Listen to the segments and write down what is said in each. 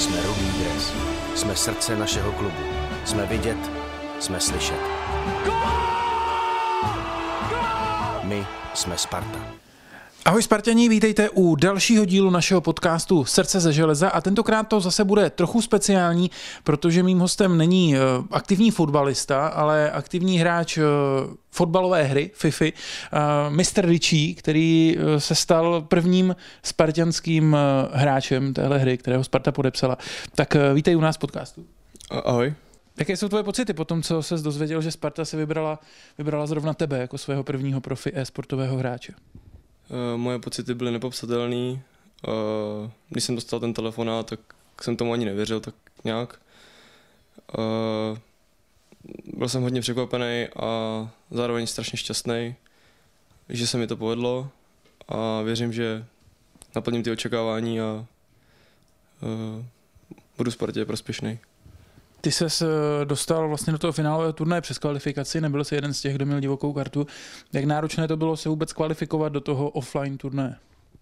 Jsme Rudý dres. Jsme srdce našeho klubu. Jsme vidět, jsme slyšet. My jsme Sparta. Ahoj Sparťani, vítejte u dalšího dílu našeho podcastu Srdce ze železa a tentokrát to zase bude trochu speciální, protože mým hostem není aktivní fotbalista, ale aktivní hráč fotbalové hry FIFA, Mr. Richie, který se stal prvním spartanským hráčem téhle hry, kterého Sparta podepsala. Tak vítej u nás v podcastu. Ahoj. Jaké jsou tvoje pocity po tom, co ses dozvěděl, že Sparta si vybrala zrovna tebe jako svého prvního profi e-sportového hráče? Moje pocity byly nepopsatelné. Když jsem dostal ten telefonát, tak jsem tomu ani nevěřil, tak nějak. Byl jsem hodně překvapený a zároveň strašně šťastný, že se mi to povedlo a věřím, že naplním ty očekávání a budu Spartě prospěšný. Ty ses dostal vlastně do toho finálového turnaje přes kvalifikaci, nebyl jsi jeden z těch, kdo měl divokou kartu. Jak náročné to bylo se vůbec kvalifikovat do toho offline turnaje?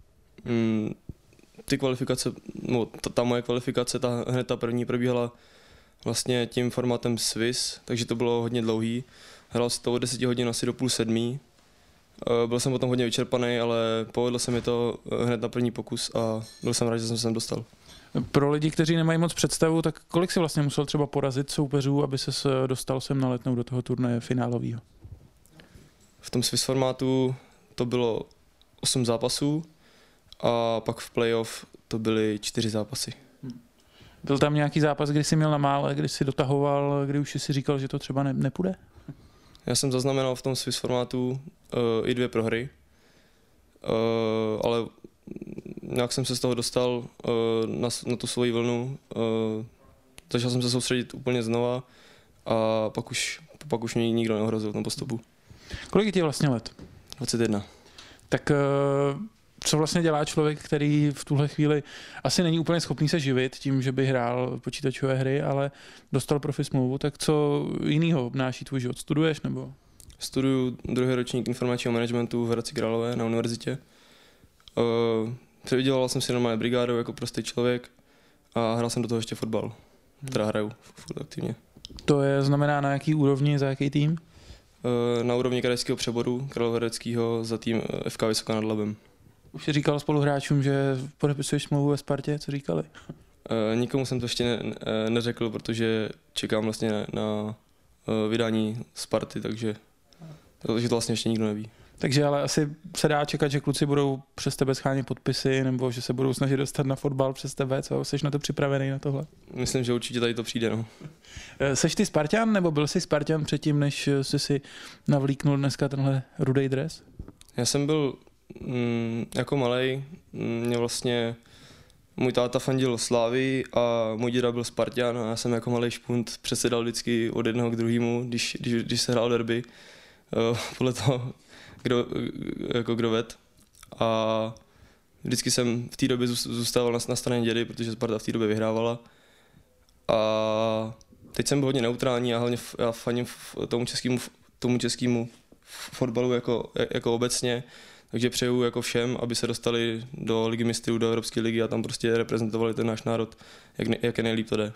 Ty kvalifikace, no, ta moje kvalifikace, hned ta první probíhala vlastně tím formátem Swiss, takže to bylo hodně dlouhý. Hrál se to od 10 hodin asi do 6:30. Byl jsem potom hodně vyčerpaný, ale povedlo se mi to hned na první pokus a byl jsem rád, že jsem se sem dostal. Pro lidi, kteří nemají moc představu, tak kolik si vlastně musel třeba porazit soupeřů, aby ses dostal sem na Letnou do toho turnaje finálového? V tom Swiss formátu to bylo 8 zápasů a pak v playoff to byly 4 zápasy. Byl tam nějaký zápas, kdy jsi měl na mále, kdy jsi dotahoval, kdy už si říkal, že to třeba nepůjde? Já jsem zaznamenal v tom Swiss formátu i 2 prohry, ale nějak jsem se z toho dostal na tu svoji vlnu. Začal jsem se soustředit úplně znova a pak už mě nikdo neohrozil v tom postupu. Kolik je ti vlastně let? 21. Tak co vlastně dělá člověk, který v tuhle chvíli asi není úplně schopný se živit tím, že by hrál počítačové hry, ale dostal profi smlouvu, tak co jinýho obnáší tvůj život? Studuješ nebo? Studuju 2. ročník informačního managementu v Hradci Králové na univerzitě. Vydělal jsem si normálně brigádu jako prostý člověk a hrál jsem do toho ještě fotbal. Teda hraju furt aktivně. To znamená na jaký úrovni, za jaký tým? Na úrovni krajského přeboru Královéhradeckého za tým FK Vysoká nad Labem. Už jsi říkal spoluhráčům, že podepisuješ smlouvu ve Spartě, co říkali? Nikomu jsem to ještě neřekl, protože čekám vlastně na vydání Sparty, takže to vlastně ještě nikdo neví. Takže ale asi se dá čekat, že kluci budou přes tebe schánět podpisy, nebo že se budou snažit dostat na fotbal přes tebe, co? Jsi na to připravený na tohle? Myslím, že určitě tady to přijde, no. Seš ty Spartan, nebo byl jsi Spartan předtím, než jsi si navlíknul dneska tenhle rudej dres? Já jsem byl jako malej, mě vlastně můj táta fandil Slávii a můj děda byl Spartan a já jsem jako malej špunt přesedal vždycky od jednoho k druhému, když se hrál derby, podle toho, kdo ved. A vždycky jsem v té době zůstával na straně dědy, protože Sparta v té době vyhrávala. A teď jsem byl hodně neutrální a hlavně já faním tomu českému fotbalu jako obecně. Takže přeju jako všem, aby se dostali do Ligy mistrů, do Evropské ligy a tam prostě reprezentovali ten náš národ, jak je nejlíp to jde.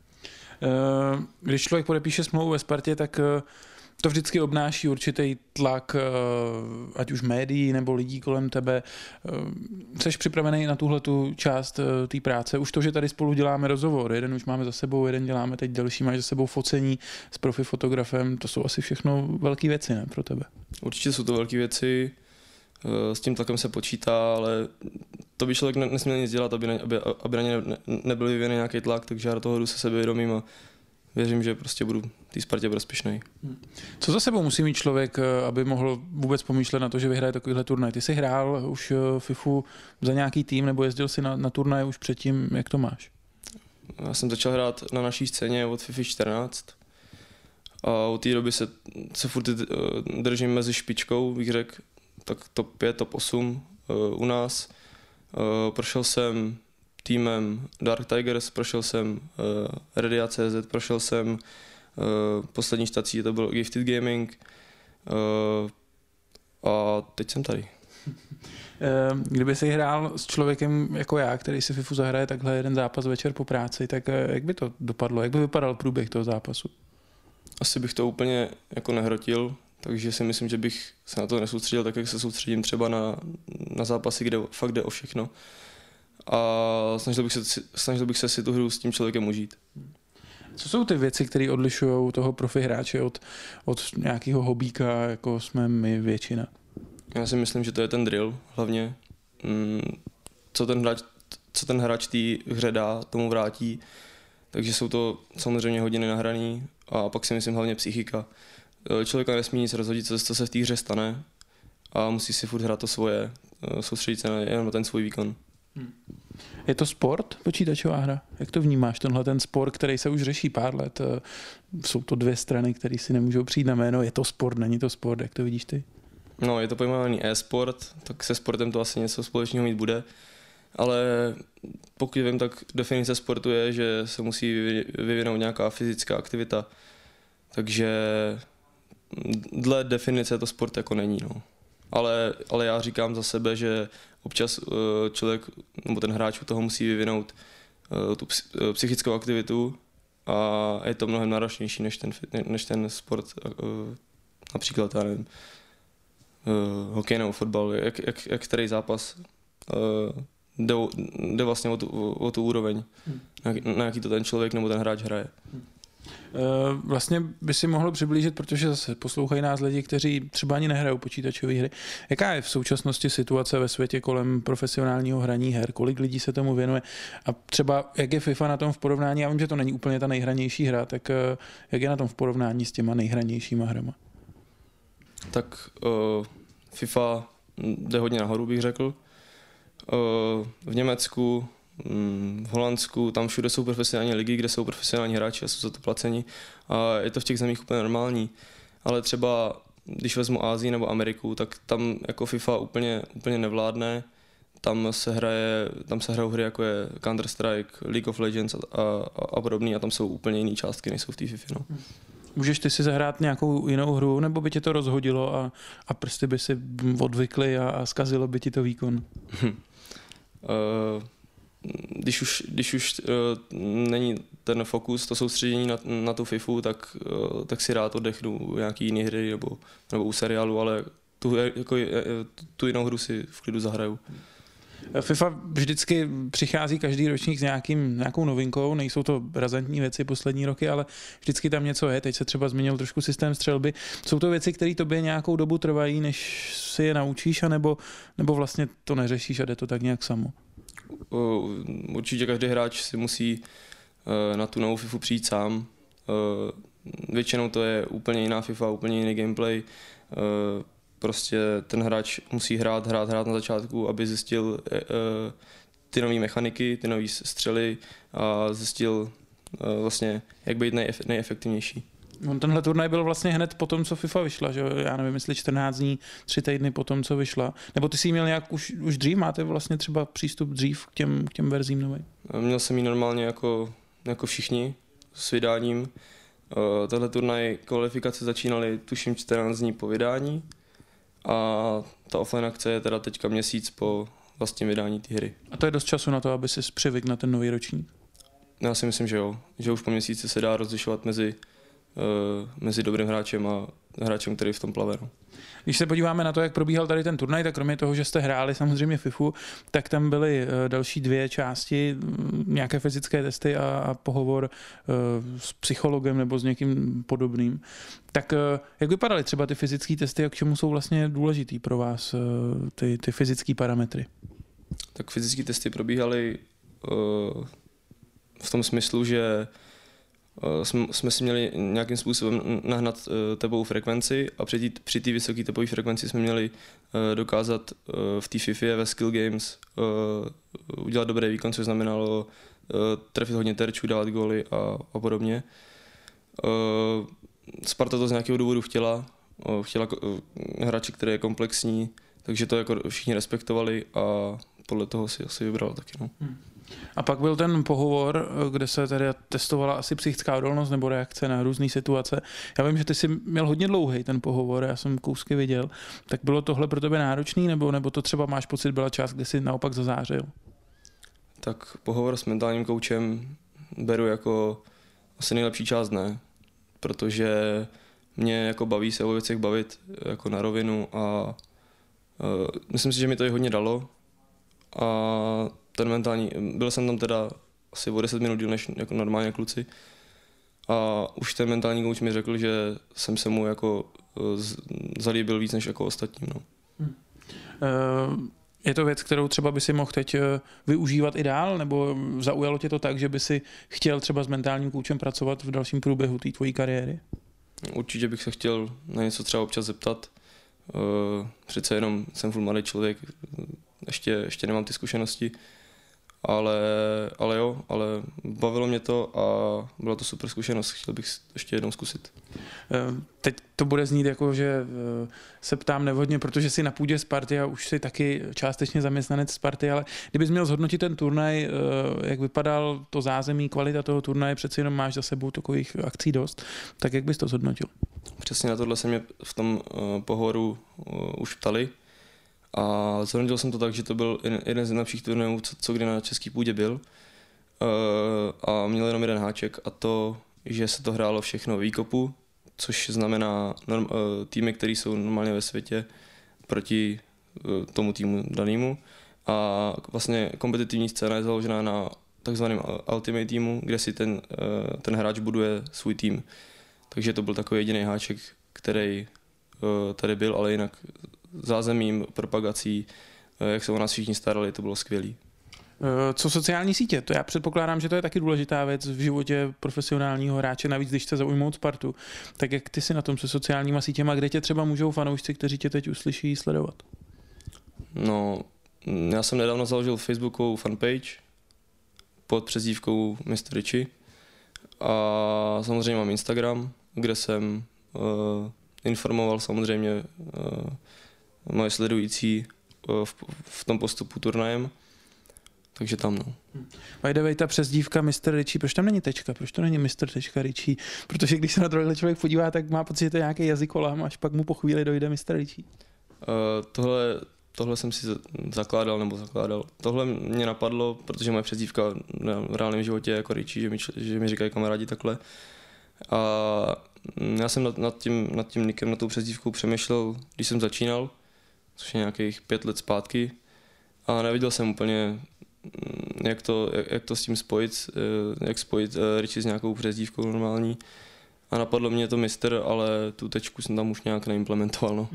Když člověk podepíše smlouvu ve Spartě, tak to vždycky obnáší určitý tlak, ať už médií nebo lidí kolem tebe. Jseš připravený na tuhletu část té práce? Už to, že tady spolu děláme rozhovor, jeden už máme za sebou, jeden děláme teď další, máš za sebou focení s profi fotografem, to jsou asi všechno velké věci, ne, pro tebe? Určitě jsou to velké věci, s tím tlakem se počítá, ale to by člověk nesměl nic dělat, aby na ně nebyl vyvíjený nějaký tlak, takže já do toho jdu se sebevědomím a věřím, že prostě budu té Spartě prospěšnej. Co za sebou musí mít člověk, aby mohl vůbec pomýšlet na to, že vyhraje takovýhle turnaj? Ty jsi hrál už FIFU za nějaký tým nebo jezdil si na turnaje už předtím, jak to máš? Já jsem začal hrát na naší scéně od FIFA 14 a od té doby se furt držím mezi špičkou, bych řekl, tak top 5, top 8 u nás. Prošel jsem týmem Dark Tigers, prošel jsem Redia.cz, prošel jsem poslední štací, to byl Gifted Gaming a teď jsem tady. Kdyby si hrál s člověkem jako já, který si FIFU zahraje takhle jeden zápas večer po práci, tak jak by to dopadlo? Jak by vypadal průběh toho zápasu? Asi bych to úplně jako nehrotil, takže si myslím, že bych se na to nesoustředil tak, jak se soustředím třeba na zápasy, kde fakt jde o všechno. A snažil bych se si tu hru s tím člověkem užít. Co jsou ty věci, které odlišují toho profi hráče od nějakého hobíka, jako jsme my většina? Já si myslím, že to je ten drill hlavně. Co ten hráč té hře dá, tomu vrátí. Takže jsou to samozřejmě hodiny nahraný a pak si myslím hlavně psychika. Člověka nesmí nic rozhodit, co se v té hře stane a musí si furt hrát to svoje, soustředit se jenom na ten svůj výkon. Je to sport, počítačová hra? Jak to vnímáš, tenhle ten sport, který se už řeší pár let? Jsou to dvě strany, které si nemůžou přijít na jméno. Je to sport, není to sport, jak to vidíš ty? No, je to pojmenovaný e-sport, tak se sportem to asi něco společného mít bude. Ale pokud vím, tak definice sportu je, že se musí vyvinout nějaká fyzická aktivita. Takže dle definice to sport jako není. No. Ale já říkám za sebe, že občas člověk nebo ten hráč u toho musí vyvinout tu psychickou aktivitu a je to mnohem náročnější než ten sport, například, já nevím, hokej nebo fotbal, jak který zápas jde vlastně o tu úroveň, na jaký to ten člověk nebo ten hráč hraje. Vlastně by si mohl přiblížit, protože zase poslouchají nás lidi, kteří třeba ani nehrajou počítačové hry. Jaká je v současnosti situace ve světě kolem profesionálního hraní her? Kolik lidí se tomu věnuje? A třeba jak je FIFA na tom v porovnání? Já vím, že to není úplně ta nejhranější hra, tak jak je na tom v porovnání s těma nejhranějšíma hrama? Tak FIFA jde hodně nahoru, bych řekl. V Německu, v Holandsku, tam všude jsou profesionální ligy, kde jsou profesionální hráči a jsou za to placeni a je to v těch zemích úplně normální. Ale třeba, když vezmu Asii nebo Ameriku, tak tam jako FIFA úplně nevládne. Tam se hrajou hry jako je Counter-Strike, League of Legends a podobný a tam jsou úplně jiné částky, než jsou v té FIFA. No. Můžeš ty si zahrát nějakou jinou hru, nebo by tě to rozhodilo a prsty by si odvykly a zkazilo by ti to výkon? Když už není ten fokus, to soustředění na tu FIFU, tak si rád oddechnu u nějaký jiný hry nebo u seriálu, ale tu jinou hru si v klidu zahraju. FIFA vždycky přichází každý ročník s nějakou novinkou, nejsou to razantní věci poslední roky, ale vždycky tam něco je. Teď se třeba změnil trošku systém střelby. Jsou to věci, které tobě nějakou dobu trvají, než si je naučíš, nebo vlastně to neřešíš a jde to tak nějak samo? Určitě každý hráč si musí na tu novou FIFU přijít sám. Většinou to je úplně jiná FIFA, úplně jiný gameplay. Prostě ten hráč musí hrát na začátku, aby zjistil ty nové mechaniky, ty nové střely a zjistil vlastně, jak být nejefektivnější. Tenhle turnaj byl vlastně hned po tom, co FIFA vyšla, že já nevím, jestli 14 dní, 3 týdny po tom, co vyšla. Nebo ty jsi ji měl nějak už dřív, máte vlastně třeba přístup dřív k těm verzím novým? Měl jsem ji normálně jako všichni s vydáním. Tenhle turnaj kvalifikace začínaly tuším 14 dní po vydání a ta offline akce je teda teďka měsíc po vlastním vydání té hry. A to je dost času na to, aby si přivykl na ten nový ročník? Já si myslím, že jo. Že už po měsíci se dá rozlišovat mezi dobrým hráčem a hráčem, který v tom plave. No. Když se podíváme na to, jak probíhal tady ten turnaj, tak kromě toho, že jste hráli samozřejmě FIFU, tak tam byly další 2 části, nějaké fyzické testy a pohovor s psychologem nebo s někým podobným. Tak jak vypadaly třeba ty fyzické testy a k čemu jsou vlastně důležitý pro vás ty fyzické parametry? Tak fyzické testy probíhaly v tom smyslu, že jsme si měli nějakým způsobem nahnat tepovou frekvenci a při té vysoké tepové frekvenci jsme měli dokázat v té FIFA ve Skill Games udělat dobrý výkon, což znamenalo trefit hodně terčů, dávat góly a podobně. Sparta to z nějakého důvodu chtěla hráče, který je komplexní, takže to jako všichni respektovali a podle toho si asi vybrala taky. No. A pak byl ten pohovor, kde se tedy testovala asi psychická odolnost nebo reakce na různé situace. Já vím, že ty jsi měl hodně dlouhý ten pohovor, já jsem kousky viděl. Tak bylo tohle pro tebe náročný, nebo to třeba máš pocit, byla část, kdy jsi naopak zazářil? Tak pohovor s mentálním koučem beru jako asi nejlepší část dne, protože mě jako baví se o věcech bavit jako na rovinu a myslím si, že mi to i hodně dalo. A ten mentální, byl jsem tam teda asi o 10 minut díl než jako normálně kluci a už ten mentální kouč mi řekl, že jsem se mu jako zalíbil víc než jako ostatním. No. Je to věc, kterou třeba by si mohl teď využívat i dál, nebo zaujalo tě to tak, že by si chtěl třeba s mentálním koučem pracovat v dalším průběhu té tvojí kariéry? Určitě bych se chtěl na něco třeba občas zeptat. Přece jenom jsem furt mladý člověk, ještě nemám ty zkušenosti, ale bavilo mě to a byla to super zkušenost, chtěl bych ještě jednou zkusit. Teď to bude znít jako, že se ptám nevhodně, protože jsi na půdě Sparty a už jsi taky částečně zaměstnanec Sparty, ale kdybys měl zhodnotit ten turnaj, jak vypadal to zázemí, kvalita toho turnaje, přeci jenom máš za sebou takových akcí dost, tak jak bys to zhodnotil? Přesně na tohle se mě v tom pohovoru už ptali a zhodnotil jsem to tak, že to byl jeden z nejlepších turnajů, co kdy na české půdě byl a měl jenom jeden háček a to, že se to hrálo všechno výkopu, což znamená týmy, které jsou normálně ve světě proti tomu týmu danému a vlastně kompetitivní scéna je založená na takzvaném ultimate týmu, kde si ten hráč buduje svůj tým. Takže to byl takový jediný háček, který tady byl, ale jinak zázemím, propagací, jak se o nás všichni starali, to bylo skvělý. Co sociální sítě? To já předpokládám, že to je taky důležitá věc v životě profesionálního hráče, navíc když chce zaujmout Spartu. Tak jak ty si na tom se sociálníma sítěma, kde tě třeba můžou fanoušci, kteří tě teď uslyší, sledovat? No, já jsem nedávno založil Facebookovou fanpage pod přezdívkou Mr. Richie a samozřejmě mám Instagram, kde jsem informoval samozřejmě moje sledující v tom postupu turnajem. Takže tam, no. By the way, ta přezdívka Mr. Richie, proč tam není tečka? Proč to není Mr. Richie? Protože když se na tohle člověk podívá, tak má pocit, že to je nějaký jazykolám, až pak mu po chvíli dojde Mr. Richie. Tohle jsem si zakládal. Tohle mě napadlo, protože moje přezdívka v reálném životě je jako Richie, že mi říkají kamarádi takhle. A já jsem nad tím nickem, nad tou přezdívkou přemýšlel, když jsem začínal, což je nějakých 5 let zpátky. A neviděl jsem úplně, jak to s tím spojit, jak spojit Richie s nějakou přezdívkou normální. A napadlo mě to mistr, ale tu tečku jsem tam už nějak neimplementoval. No.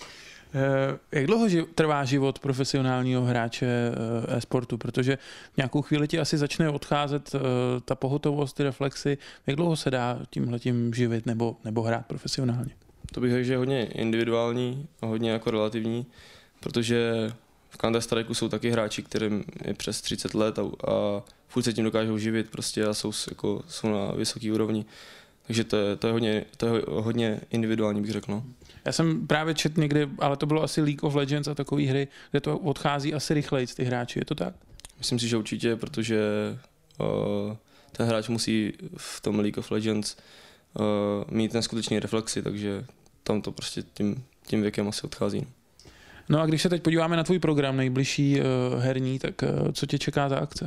Jak dlouho trvá život profesionálního hráče e-sportu? Protože v nějakou chvíli ti asi začne odcházet ta pohotovost, ty reflexy. Jak dlouho se dá tímhletím živit nebo hrát profesionálně? To bych řekl, že je hodně individuální a hodně jako relativní, protože v Counter-Strikeu jsou taky hráči, kterým je přes 30 let a furt se tím dokážou živit prostě a jsou na vysoké úrovni. Takže to je hodně individuální, bych řekl. No. Já jsem právě četl někdy, ale to bylo asi League of Legends a takové hry, kde to odchází asi rychleji ty hráči, je to tak? Myslím si, že určitě, protože ten hráč musí v tom League of Legends mít neskutečný reflexy, takže tam to prostě tím věkem asi odchází. No a když se teď podíváme na tvůj program nejbližší herní, tak co tě čeká za akce?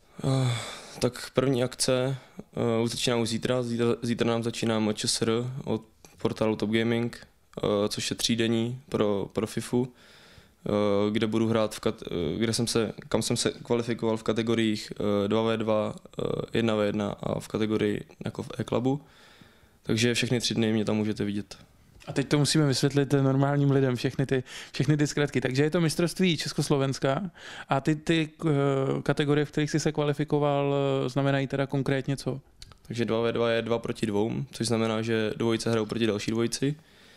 Tak první akce začíná už zítra. Zítra nám začíná MČSR od portálu Top Gaming, což je 3denní pro FIFU, kde budu hrát, kam jsem se kvalifikoval v kategoriích 2v2, 1v1 a v kategorii jako v e-clubu. Takže všechny 3 dny mě tam můžete vidět. A teď to musíme vysvětlit normálním lidem, všechny ty zkratky. Takže je to mistrovství Československa a ty kategorie, v kterých jsi se kvalifikoval, znamenají teda konkrétně co? Takže 2v2 je 2 proti 2, což znamená, že dvojice hrajou proti další dvojici.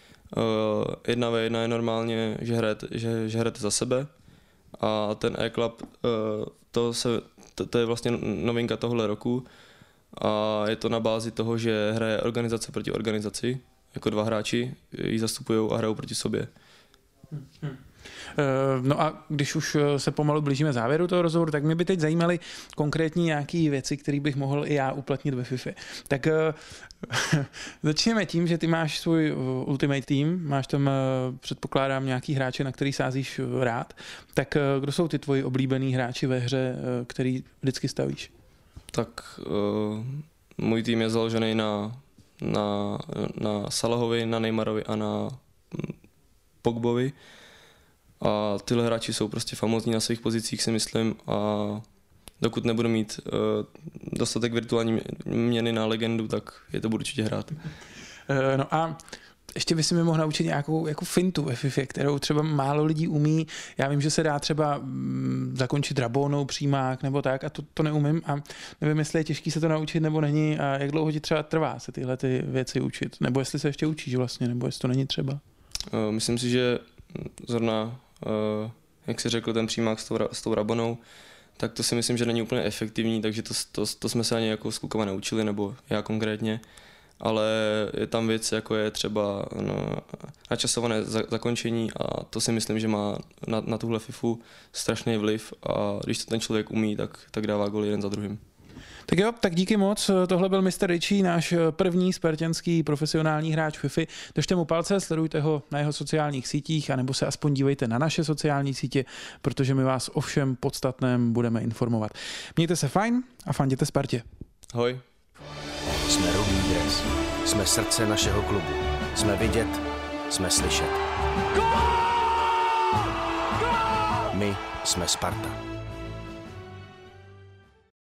1v1 je normálně, že hrajete za sebe a ten e-club, to je vlastně novinka tohle roku a je to na bázi toho, že hraje organizace proti organizaci, jako 2 hráči ji zastupují a hrajou proti sobě. No a když už se pomalu blížíme závěru toho rozhovoru, tak mě by teď zajímaly konkrétní nějaké věci, které bych mohl i já uplatnit ve FIFA. Tak začněme tím, že ty máš svůj Ultimate Team, máš tam, předpokládám, nějaký hráče, na který sázíš rád. Tak kdo jsou ty tvoji oblíbený hráči ve hře, který vždycky stavíš? Tak můj tým je založený na Salahovi, na Neymarovi a na Pogbovi. A tyhle hráči jsou prostě famózní na svých pozicích, si myslím, a dokud nebudu mít dostatek virtuální měny na legendu, tak je to budu určitě hrát. No a ještě by si mi mohl naučit nějakou jako fintu ve FIFA, kterou třeba málo lidí umí. Já vím, že se dá třeba zakončit rabónou přímák nebo tak, a to neumím a nevím, jestli je těžký se to naučit nebo není a jak dlouho ti třeba trvá se tyhle ty věci učit, nebo jestli se ještě učíš vlastně, nebo jestli to není třeba. Myslím si, že zrovna, jak jsi řekl, ten přímák s tou rabonou, tak to si myslím, že není úplně efektivní, takže to jsme se ani jako s klukama neučili, nebo já konkrétně. Ale je tam věc, jako je třeba načasované zakončení a to si myslím, že má na tuhle FIFU strašný vliv a když to ten člověk umí, tak dává gól jeden za druhým. Tak jo, tak díky moc. Tohle byl Mr. Richie, náš první spartanský profesionální hráč FIFA. Držte mu palce, sledujte ho na jeho sociálních sítích, anebo se aspoň dívejte na naše sociální sítě, protože my vás o všem podstatném budeme informovat. Mějte se fajn a fanděte Spartě. Ahoj. Jsme Rudý dres. Jsme srdce našeho klubu. Jsme vidět, jsme slyšet. My jsme Sparta.